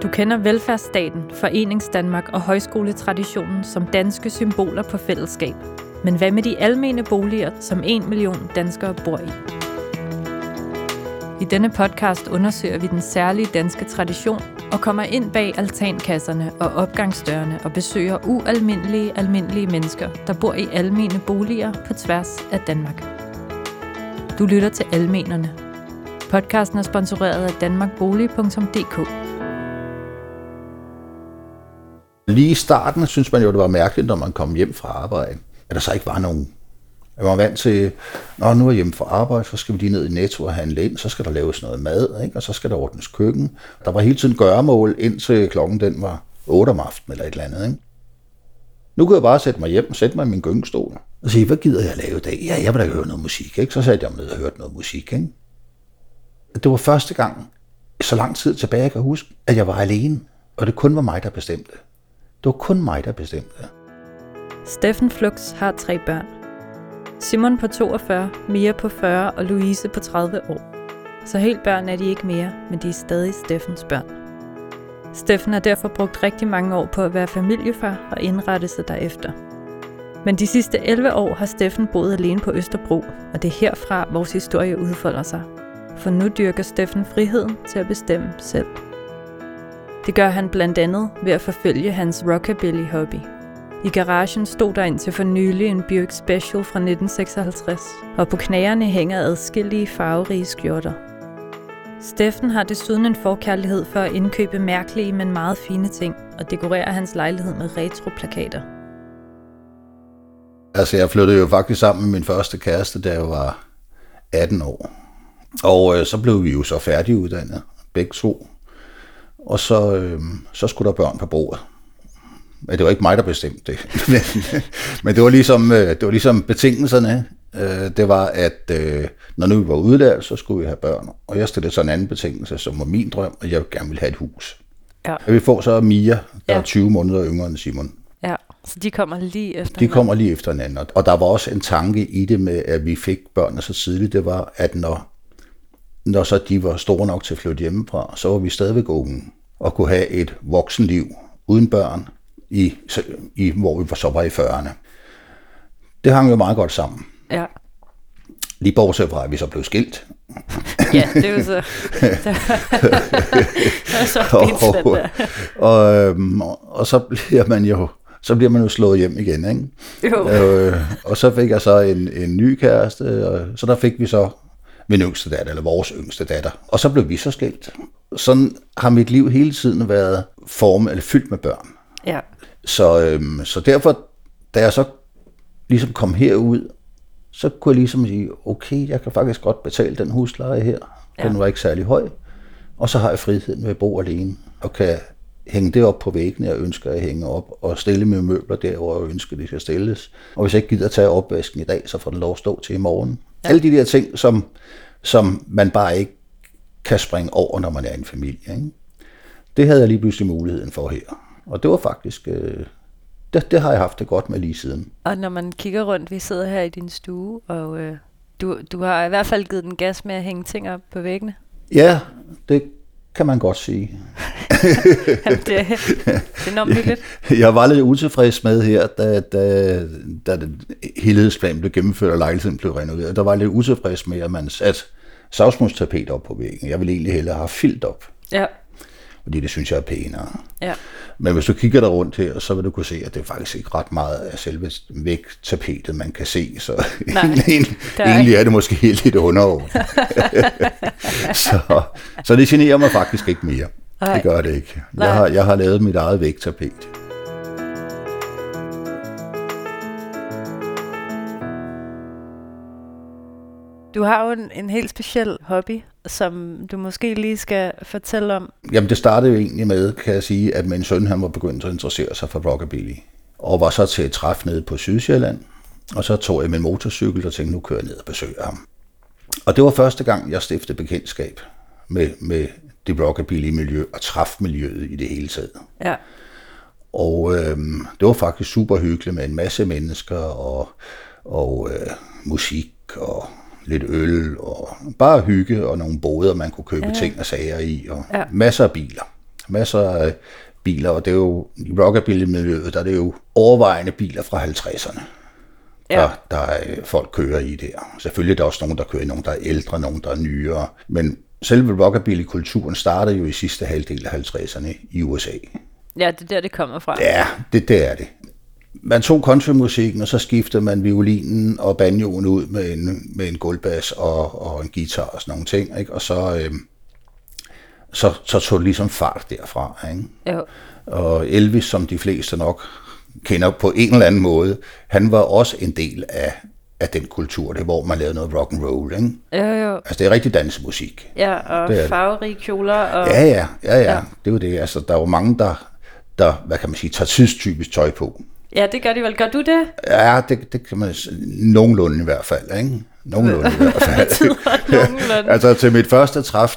Du kender velfærdsstaten, Foreningsdanmark og højskoletraditionen som danske symboler på fællesskab. Men hvad med de almene boliger, som 1 million danskere bor i? I denne podcast undersøger vi den særlige danske tradition og kommer ind bag altankasserne og opgangsdørene og besøger almindelige mennesker, der bor i almene boliger på tværs af Danmark. Du lytter til Almenerne. Podcasten er sponsoreret af danmarkbolig.dk. Lige i starten synes man jo, det var mærkeligt, når man kom hjem fra arbejde, at der så ikke var nogen. Jeg var vant til, nu er jeg hjemme fra arbejde, så skal vi lige ned i Netto og handle ind, så skal der laves noget mad, ikke? Og så skal der ordnes køkken. Der var hele tiden gøremål, indtil klokken den var 8 om aftenen eller et eller andet. Ikke? Nu kunne jeg bare sætte mig hjem og sætte mig i min gyngestol og sige, hvad gider jeg lave i dag? Ja, jeg vil da høre noget musik. Ikke? Så satte jeg mig ned og hørte noget musik. Ikke? Det var første gang, så lang tid tilbage, jeg kan huske, at jeg var alene, og det kun var mig, der bestemte. Det var kun mig, der bestemte. Steffen Flux har 3 børn. Simon på 42, Mia på 40 og Louise på 30 år. Så helt børn er de ikke mere, men de er stadig Steffens børn. Steffen har derfor brugt rigtig mange år på at være familiefar og indrette sig derefter. Men de sidste 11 år har Steffen boet alene på Østerbro, og det er herfra, vores historie udfolder sig. For nu dyrker Steffen friheden til at bestemme selv. Det gør han blandt andet ved at forfølge hans rockabilly-hobby. I garagen stod der indtil for nylig en Buick Special fra 1956, og på knæerne hænger adskillige farverige skjorter. Steffen har desuden en forkærlighed for at indkøbe mærkelige, men meget fine ting, og dekorerer hans lejlighed med retroplakater. Altså, jeg flyttede jo faktisk sammen med min første kæreste, da jeg var 18 år. Og så blev vi jo så færdiguddannet, begge to. Og så skulle der børn på bordet. Men det var ikke mig, der bestemte det. Men det var ligesom betingelserne. Det var, at når nu vi var udlært, så skulle vi have børn. Og jeg stillede så en anden betingelse, som var min drøm, at jeg gerne ville have et hus. Ja. Jeg vil få så Mia, der er 20 måneder yngre end Simon. Ja, så de kommer lige efter hinanden. De kommer lige efter hinanden. Og der var også en tanke i det med, at vi fik børnene så tidligt. Det var, at når så de var store nok til at flytte hjemmefra, så var vi stadigvæk unge og kunne have et voksenliv uden børn, hvor vi så var i 40'erne. Det hang jo meget godt sammen. Ja. Lige bortset fra, at vi så blev skilt. Ja, det er jo så... og så bliver man jo slået hjem igen, ikke? Jo. Og så fik jeg så en ny kæreste, og så der fik vi så min yngste datter, eller vores yngste datter. Og så blev vi så skilt. Sådan har mit liv hele tiden været fyldt med børn. Ja. Så derfor, da jeg så ligesom kom herud, så kunne jeg ligesom sige, okay, jeg kan faktisk godt betale den husleje her. Den var ikke særlig høj. Og så har jeg friheden ved at bo alene, og kan hænge det op på væggene, jeg ønsker at hænge op, og stille mine møbler der, hvor jeg ønsker, de skal stilles. Og hvis jeg ikke gider tage opvasken i dag, så får den lov at stå til i morgen. Ja. Alle de der ting, som man bare ikke kan springe over, når man er en familie. Ikke? Det havde jeg lige pludselig muligheden for her. Og det var faktisk, det har jeg haft det godt med lige siden. Og når man kigger rundt, vi sidder her i din stue, og du har i hvert fald givet den gas med at hænge ting op på væggene. Ja, det kan man godt sige. Det er enormt hyggeligt. Jeg var lidt utilfreds med her, da helhedsplanen blev gennemført, og lejligheden blev renoveret. Der var lidt utilfreds med, at man satte savsmundstapet op på væggen. Jeg ville egentlig hellere have filt op. Ja. Fordi det synes jeg er pænere. Ja. Men hvis du kigger der rundt her, så vil du kunne se, at det er faktisk ikke ret meget af selve vægtapetet, man kan se. Så egentlig er det måske helt lidt underordnet. så det generer mig faktisk ikke mere. Nej. Det gør det ikke. Jeg har lavet mit eget vægtapet. Du har jo en helt speciel hobby, som du måske lige skal fortælle om. Jamen det startede jo egentlig med, kan jeg sige, at min søn han var begyndt at interessere sig for rockabilly. Og var så til et træf nede på Sydsjælland. Og så tog jeg min motorcykel og tænkte, nu kører jeg ned og besøger ham. Og det var første gang, jeg stiftede bekendtskab med det rockabilly-miljø og træfmiljøet i det hele taget. Ja. Og det var faktisk super hyggeligt med en masse mennesker og musik og lidt øl og bare hygge og nogle boder, man kunne købe ting og sager i og masser af biler. Masser af biler, og det er jo i rockabilly-miljøet, der er det jo overvejende biler fra 50'erne. Ja. Der er folk kører i der. Selvfølgelig er der også nogen, der kører i, nogen der er ældre, nogen der er nyere. Men selve rockabilly-kulturen startede jo i sidste halvdel af 50'erne i USA. Ja, det er der, det kommer fra. Ja, det er det. Man tog countrymusikken, og så skiftede man violinen og banjoen ud med en gulvbas og en guitar og sådan nogle ting, ikke? Og så tog det ligesom fart derfra, ikke? Jo. Og Elvis, som de fleste nok kender på en eller anden måde, han var også en del af den kultur, det hvor man lavede noget rock and roll, ikke? Jo. Altså det er rigtig dansemusik. Ja, og farverige kjoler. Og... Ja, det er jo det. Altså der er jo mange, der hvad kan man sige, tager tidstypisk tøj på. Ja, det gør de vel. Gør du det? Ja, det kan man nogenlunde i hvert fald, ikke? Nogenlunde i hvert fald. Altså til mit første træf,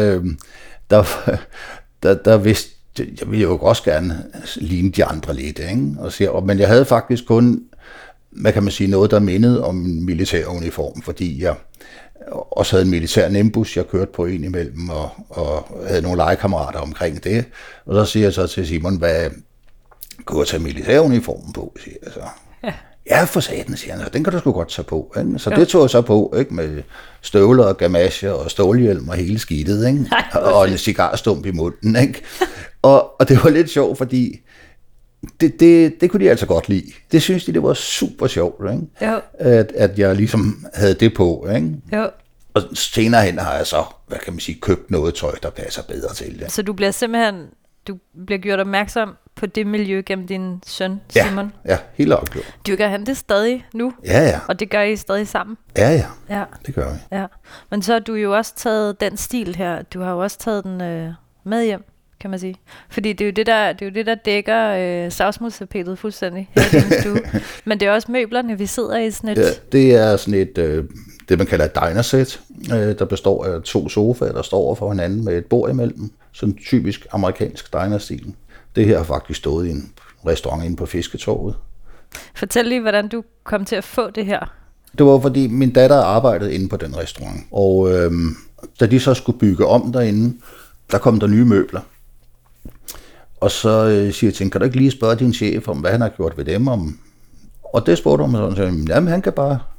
der vidste jeg ville jo også gerne ligne de andre lidt, ikke? Men jeg havde faktisk kun, hvad kan man sige, noget, der mindede om en militær uniform, fordi jeg også havde en militær Nimbus, jeg kørte på ind imellem, og havde nogle legekammerater omkring det. Og så siger jeg så til Simon, hvad kunne jeg tage militæruniformen på, siger jeg så. Ja, for satan, siger han, den kan du sgu godt tage på. Ikke? Så det tog jeg så på, ikke? Med støvler og gamasjer og stålhjelm og hele skidtet, ikke? Og en cigarstump i munden. Ikke? og det var lidt sjovt, fordi det kunne de altså godt lide. Det synes de, det var super sjovt, ikke? At jeg ligesom havde det på. Ikke? Jo. Og senere hen har jeg så, hvad kan man sige, købt noget tøj, der passer bedre til det. Så du bliver gjort opmærksom på det miljø gennem din søn, Simon? Ja, helt opgjort. Dyrker han det stadig nu? Ja. Og det gør I stadig sammen? Ja, det gør vi. Ja. Men så har du jo også taget den stil her, du har jo også taget den med hjem, kan man sige. Fordi det er jo det, der dækker savsmodstapetet fuldstændig her i din stue. Men det er også møblerne, vi sidder i sådan et... Ja, det er sådan et, det man kalder et diner-sæt, der består af 2 sofaer, der står over for hinanden med et bord imellem. Sådan typisk amerikansk diner-stil. Det her har faktisk stået i en restaurant inde på Fisketorvet. Fortæl lige, hvordan du kom til at få det her. Det var, fordi min datter arbejdede inde på den restaurant. Og da de så skulle bygge om derinde, der kom der nye møbler. Og så siger jeg til hende, kan du ikke lige spørge din chef om, hvad han har gjort ved dem? Og det spurgte hun mig sådan, jamen han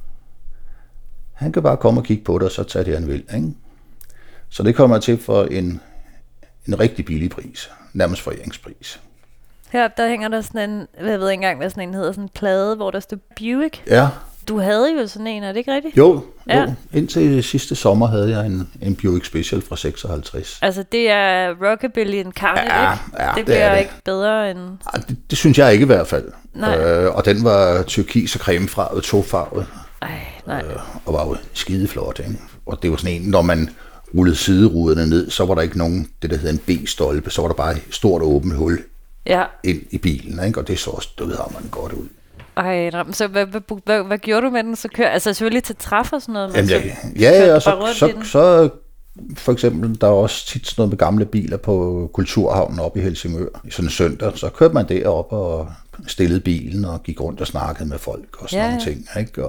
kan bare komme og kigge på det, og så tage det, han vil. Ikke? Så det kommer til for en rigtig billig pris. Nærmest foreringspris. Her, der hænger der sådan en, jeg ved ikke engang, hvad sådan en hedder, sådan en plade, hvor der står Buick. Ja. Du havde jo sådan en, er det ikke rigtigt? Jo. Indtil sidste sommer havde jeg en Buick Special fra 56. Altså det er rockabilly en Carnet, ikke? Ja, det bliver ikke bedre end... Det synes jeg ikke i hvert fald. Nej. Og den var turkis og cremefarvet, tofarvet. Nej. Og var jo skideflot, ikke? Og det var sådan en, når man rullede sideruderne ned, så var der ikke nogen, det der hedder en B-stolpe, så var der bare et stort åbent hul ind i bilen, ikke? Og det så også, man godt ud. Så hvad gjorde du med den? Så altså selvfølgelig til træf og sådan noget? Og så for eksempel, der er også tit sådan noget med gamle biler på Kulturhavnen oppe i Helsingør. I sådan en søndag, så kørte man derop og stillede bilen og gik rundt og snakkede med folk og sådan nogle ting, ikke?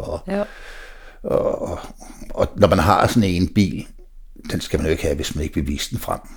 Og når man har sådan en bil, den skal man jo ikke have, hvis man ikke vil vise den frem.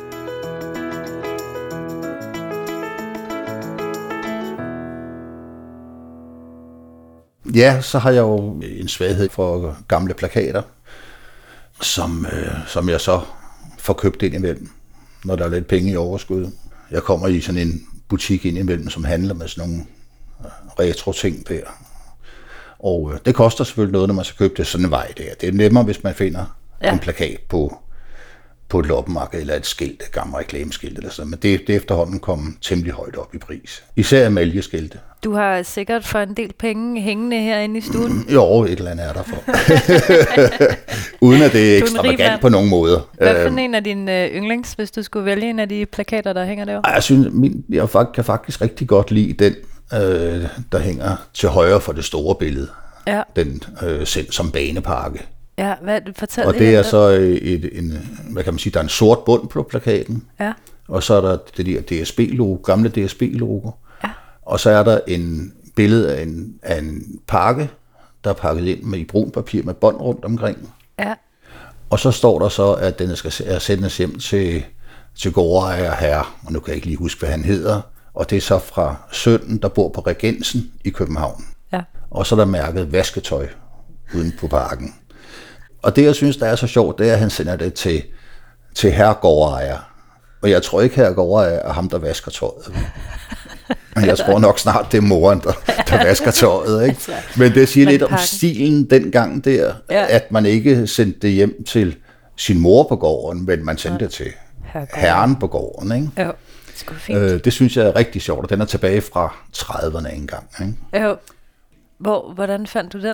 Ja, så har jeg jo en svaghed for gamle plakater, som jeg så får købt ind imellem, når der er lidt penge i overskud. Jeg kommer i sådan en butik ind imellem, som handler med sådan nogle retro-ting der. Og det koster selvfølgelig noget, når man skal købe det sådan en vej der. Det er nemmere, hvis man finder en plakat på et loppemarked eller et skilt, et gammelt reklameskilt eller sådan. Men det efterhånden kom temmelig højt op i pris. Især emaljeskilte. Du har sikkert for en del penge hængende herinde i stuen. Jo, et eller andet er der for. Uden at det er ekstravagant på nogen måder. Hvad for en af dine yndlings, hvis du skulle vælge en af de plakater, der hænger derovre? Jeg synes, jeg kan faktisk rigtig godt lide den, der hænger til højre for det store billede. Ja. Den sendt som banepakke. Ja, fortæl og det er så hvad kan man sige, der er en sort bund på plakaten. Ja. Og så er der det der DSB-logo, gamle DSB-logo. Ja. Og så er der en billede af en pakke, der er pakket ind i brun papir med bånd rundt omkring. Ja. Og så står der så, at den skal sendes hjem til til gårdejer herre, og nu kan jeg ikke lige huske, hvad han hedder, og det er så fra sønnen, der bor på Regensen i København. Ja. Og så er der mærket vasketøj uden på parken. Og det, jeg synes, der er så sjovt, det er, at han sender det til herre gårdejer. Og jeg tror ikke, herre gårdejer er ham, der vasker tøjet. Men jeg tror nok snart, det er moren, der vasker tøjet. Ikke? Men det siger lidt om stilen dengang der, at man ikke sendte det hjem til sin mor på gården, men man sendte det til herren på gården. Ikke? Jo, det, det synes jeg er rigtig sjovt, og den er tilbage fra 30'erne engang. Ikke? Jo. Hvordan fandt du den?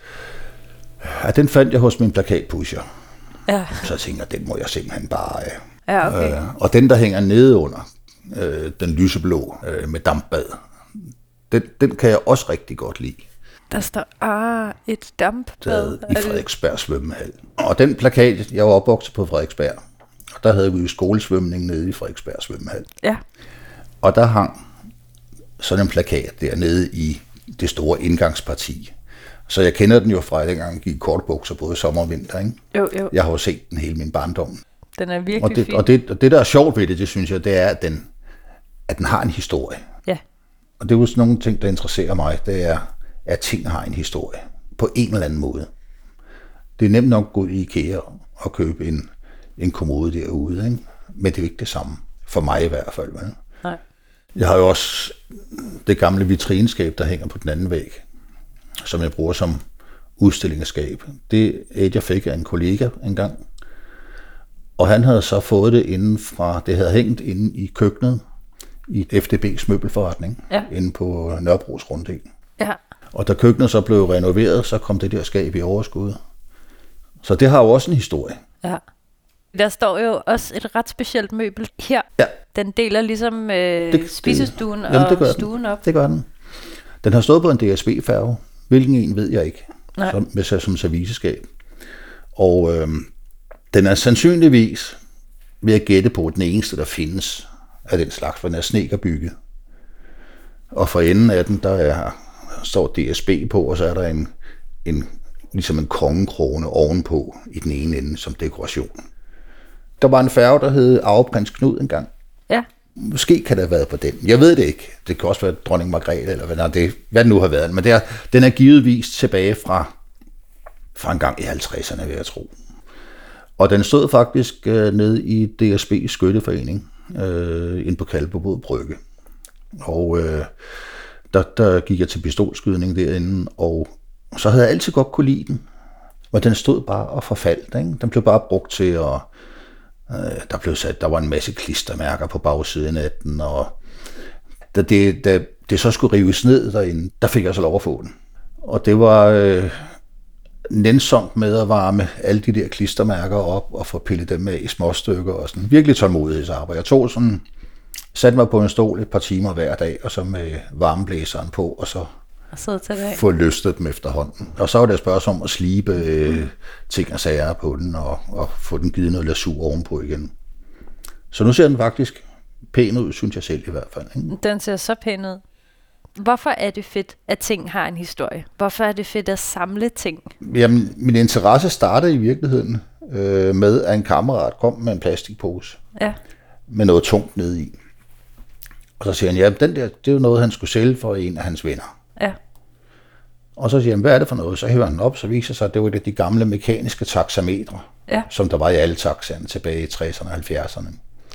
Ja, den fandt jeg hos min plakatpusher. Ja. Så tænker jeg, den må jeg simpelthen bare... Ja, okay. Og den, der hænger nede under, den lyseblå med dampbad, den kan jeg også rigtig godt lide. Der står, et dampbad. I Frederiksberg svømmehal. Og den plakat, jeg var opvokset på Frederiksberg, og der havde vi jo skolesvømning nede i Frederiksberg svømmehal. Ja. Og der hang sådan en plakat dernede i det store indgangsparti. Så jeg kender den jo fra, dengang jeg gik kortbukser både sommer og vinter. Ikke? Jo. Jeg har jo set den hele min barndom. Den er virkelig fin. Og det, der er sjovt ved det synes jeg, det er, at den har en historie. Ja. Og det er jo sådan nogle ting, der interesserer mig, det er, at ting har en historie. På en eller anden måde. Det er nemt nok at gå i IKEA og købe en kommode derude, ikke? Men det er ikke det samme. For mig i hvert fald. Vel? Nej. Jeg har jo også det gamle vitrineskab, der hænger på den anden væg, som jeg bruger som udstillingsskab. Det er et, jeg fik af en kollega engang. Og han havde så fået det inden fra, det havde hængt inde i køkkenet i FDB's møbelforretning, inde på Nørrebros Runddel. Ja. Og da køkkenet så blev renoveret, så kom det der skab i overskud. Så det har jo også en historie. Ja. Der står jo også et ret specielt møbel her. Ja. Den deler ligesom spisestuen og stuen op. Det gør den. Den har stået på en DSB-færge. Hvilken en ved jeg ikke. Som serviceskab. Og den er sandsynligvis, ved at gætte på, den eneste, der findes af den slags, for den er snedkerbygget. Og for enden af den, der står DSB på, og så er der ligesom en kongekrone ovenpå i den ene ende som dekoration. Der var en færge, der hed Arveprins Knud engang. Ja. Måske kan det have været på den. Jeg ved det ikke. Det kan også være dronning Margrethe, eller hvad det nu har været. Men den er givetvis tilbage fra en gang i 50'erne, vil jeg tro. Og den stod faktisk nede i DSB's skytteforening, inde på Kalvebod Brygge. Og der gik jeg til pistolskydning derinde, og så havde jeg altid godt kunne lide den. Og den stod bare og forfaldt. Ikke? Den blev bare brugt til at... Der var en masse klistermærker på bagsiden af den, og da det så skulle rives ned derinde, der fik jeg så lov at få den. Og det var nænsomt med at varme alle de der klistermærker op og få pillet dem med i små stykker og sådan. Virkelig tålmodighedsarbejde. Jeg satte mig på en stol et par timer hver dag, og så med varmeblæseren på, og så få løstet dem efterhånden. Og så var det et spørgsmål om at slibe ting og sager på den, og få den givet noget lasur ovenpå igen. Så nu ser den faktisk pæn ud, synes jeg selv i hvert fald. Ikke? Den ser så pæn ud. Hvorfor er det fedt, at ting har en historie? Hvorfor er det fedt at samle ting? Jamen, min interesse startede i virkeligheden med, at en kammerat kom med en plastikpose med noget tungt nede i. Og så siger han, ja, den der, det er jo noget, han skulle sælge for en af hans venner. Ja. Og så siger han, hvad er det for noget? Så hæver han op, så viser sig, at det var de gamle mekaniske taxametre, som der var i alle taxaerne tilbage i 60'erne og 70'erne.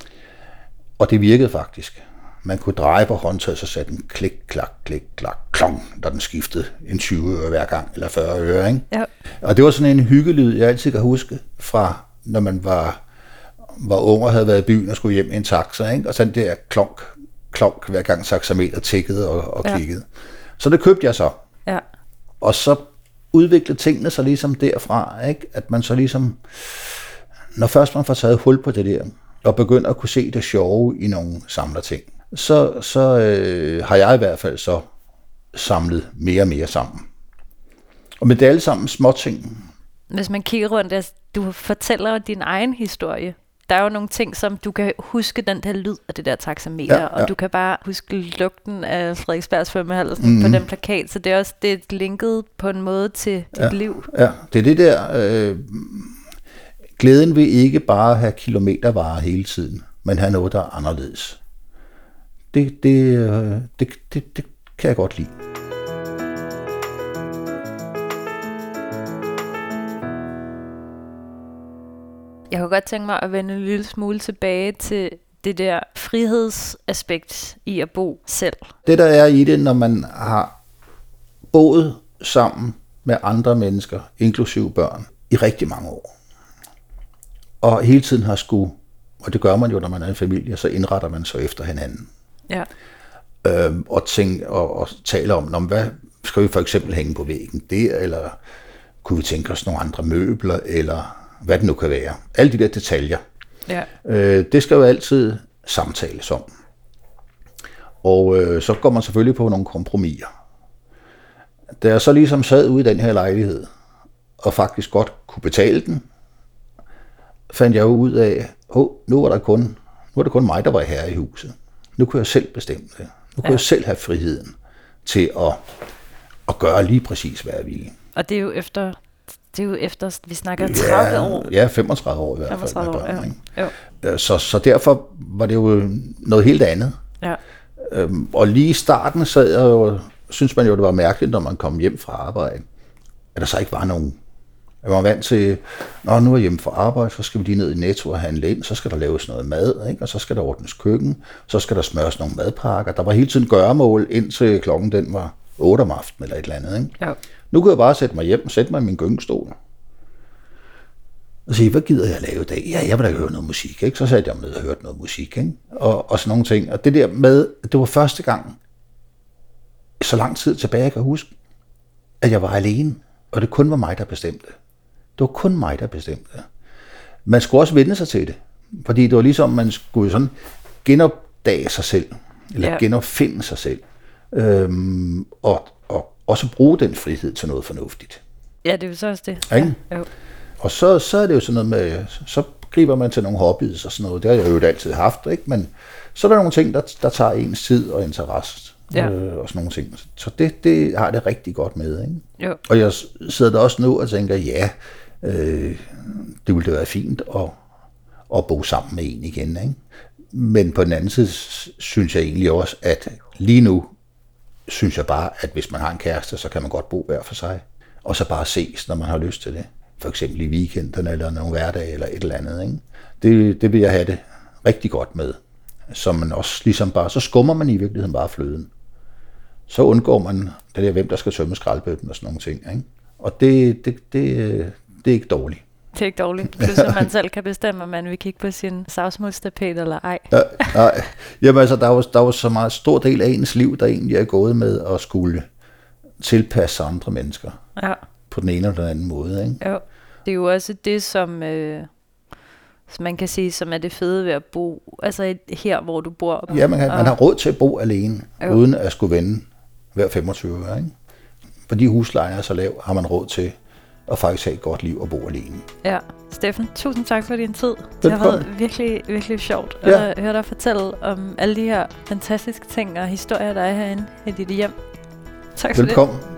Og det virkede faktisk. Man kunne dreje på håndtaget, så satte den klik, klak, klong, da den skiftede en 20 øre hver gang, eller 40 øre, ikke? Ja. Og det var sådan en hyggelyd, jeg altid kan huske, fra når man var ung og havde været i byen og skulle hjem i en taxa, ikke? Og sådan der klonk, hver gang taxameter tikkede og klikkede. Så det købte jeg så. Ja. Og så udviklede tingene sig ligesom derfra, ikke? At man så ligesom, når først man får taget hul på det der, og begynder at kunne se det sjove i nogle samlerting, så har jeg i hvert fald så samlet mere og mere sammen. Og med det alle sammen småting. Hvis man kigger rundt, du fortæller din egen historie. Der er jo nogle ting, som du kan huske den der lyd af det der taxameter, og du kan bare huske lugten af Frederiksberg svømmehal på den plakat, så det er også det linket på en måde til dit liv. Ja, det er det der... Glæden vil ikke bare have kilometervarer hele tiden. men have noget, der er anderledes. Det kan jeg godt lide. Jeg kunne godt tænke mig at vende en lille smule tilbage til det der frihedsaspekt i at bo selv. Det der er i det, når man har boet sammen med andre mennesker, inklusive børn, i rigtig mange år, og hele tiden har skulle, og det gør man jo, når man er en familie, så indretter man sig efter hinanden. Ja. Og taler om, hvad skal vi for eksempel hænge på væggen der, eller kunne vi tænke os nogle andre møbler, eller hvad det nu kan være. Alle de der detaljer. Ja. Det skal jo altid samtales om. Og så går man selvfølgelig på nogle kompromiser. Da jeg så ligesom sad ude i den her lejlighed, og faktisk godt kunne betale den, fandt jeg jo ud af, nu er det kun mig, der var herre i huset. Nu kunne jeg selv bestemme det. Nu kunne jeg selv have friheden til at gøre lige præcis, hvad jeg ville. Og det er jo efter, vi snakker 30 år. Ja, 35 år i hvert fald. 35 år, ja. Så derfor var det jo noget helt andet. Ja. Og lige i starten sad jeg jo, synes man jo, det var mærkeligt, når man kom hjem fra arbejde, at der så ikke var nogen. Jeg var vant til, nu er jeg hjemme fra arbejde, så skal vi lige ned i Netto og handle ind, så skal der laves noget mad, ikke? Og så skal der ordnes køkken, så skal der smøres nogle madpakker. Der var hele tiden gøremål, indtil klokken den var 8 om aftenen eller et eller andet. Ikke? Ja. Nu kunne jeg bare sætte mig hjem og sætte mig i min gyngestol og sige, hvad gider jeg lave i dag? Ja, jeg vil da høre noget musik. Ikke? Så satte jeg mig ned og hørte noget musik. Ikke? Og sådan nogle ting. Og det der med, det var første gang, så lang tid tilbage, jeg kan huske, at jeg var alene, og det kun var mig, der bestemte. Det var kun mig, der bestemte. Man skulle også vende sig til det, fordi det var ligesom, man skulle sådan genopdage sig selv, eller genopfinde sig selv, og også bruge den frihed til noget fornuftigt. Ja, det er jo så også det. Ja, jo. Og så er det jo sådan noget med, så griber man til nogle hobbies og sådan noget. Det har jeg jo altid haft, ikke? Men så er der nogle ting, der tager ens tid og interesse. Og sådan nogle ting. Så det har det rigtig godt med. Ikke? Jo. Og jeg sidder der også nu og tænker, det ville da være fint at bo sammen med en igen. Ikke? Men på den anden side synes jeg egentlig også, at lige nu synes jeg bare, at hvis man har en kæreste, så kan man godt bo hver for sig. Og så bare ses, når man har lyst til det. For eksempel i weekenden eller nogle hverdage eller et eller andet. Ikke? Det vil jeg have det rigtig godt med. Så man også ligesom bare, så skummer man i virkeligheden bare fløden. Så undgår man det der, hvem der skal tømme skraldbøtten og sådan nogle ting. Ikke? Og det er ikke dårligt. Det er ikke dårligt. Plus at man selv kan bestemme, om man vil kigge på sin savsmodstapet eller ej. Nej. Jamen altså, der var så meget stor del af ens liv, der egentlig er gået med at skulle tilpasse andre mennesker. Ja. På den ene eller den anden måde. Ikke? Jo. Det er jo også det, som man kan sige, som er det fede ved at bo, altså her, hvor du bor. Ja, man har råd til at bo alene, uden at skulle vende hver 25 år. Ikke? Fordi huslejen er så lav, har man råd til at faktisk have et godt liv og bo alene. Ja, Steffen, tusind tak for din tid. Det har været virkelig, virkelig sjovt at høre dig fortælle om alle de her fantastiske ting og historier, der er herinde i dit hjem. Tak for det. Velkommen.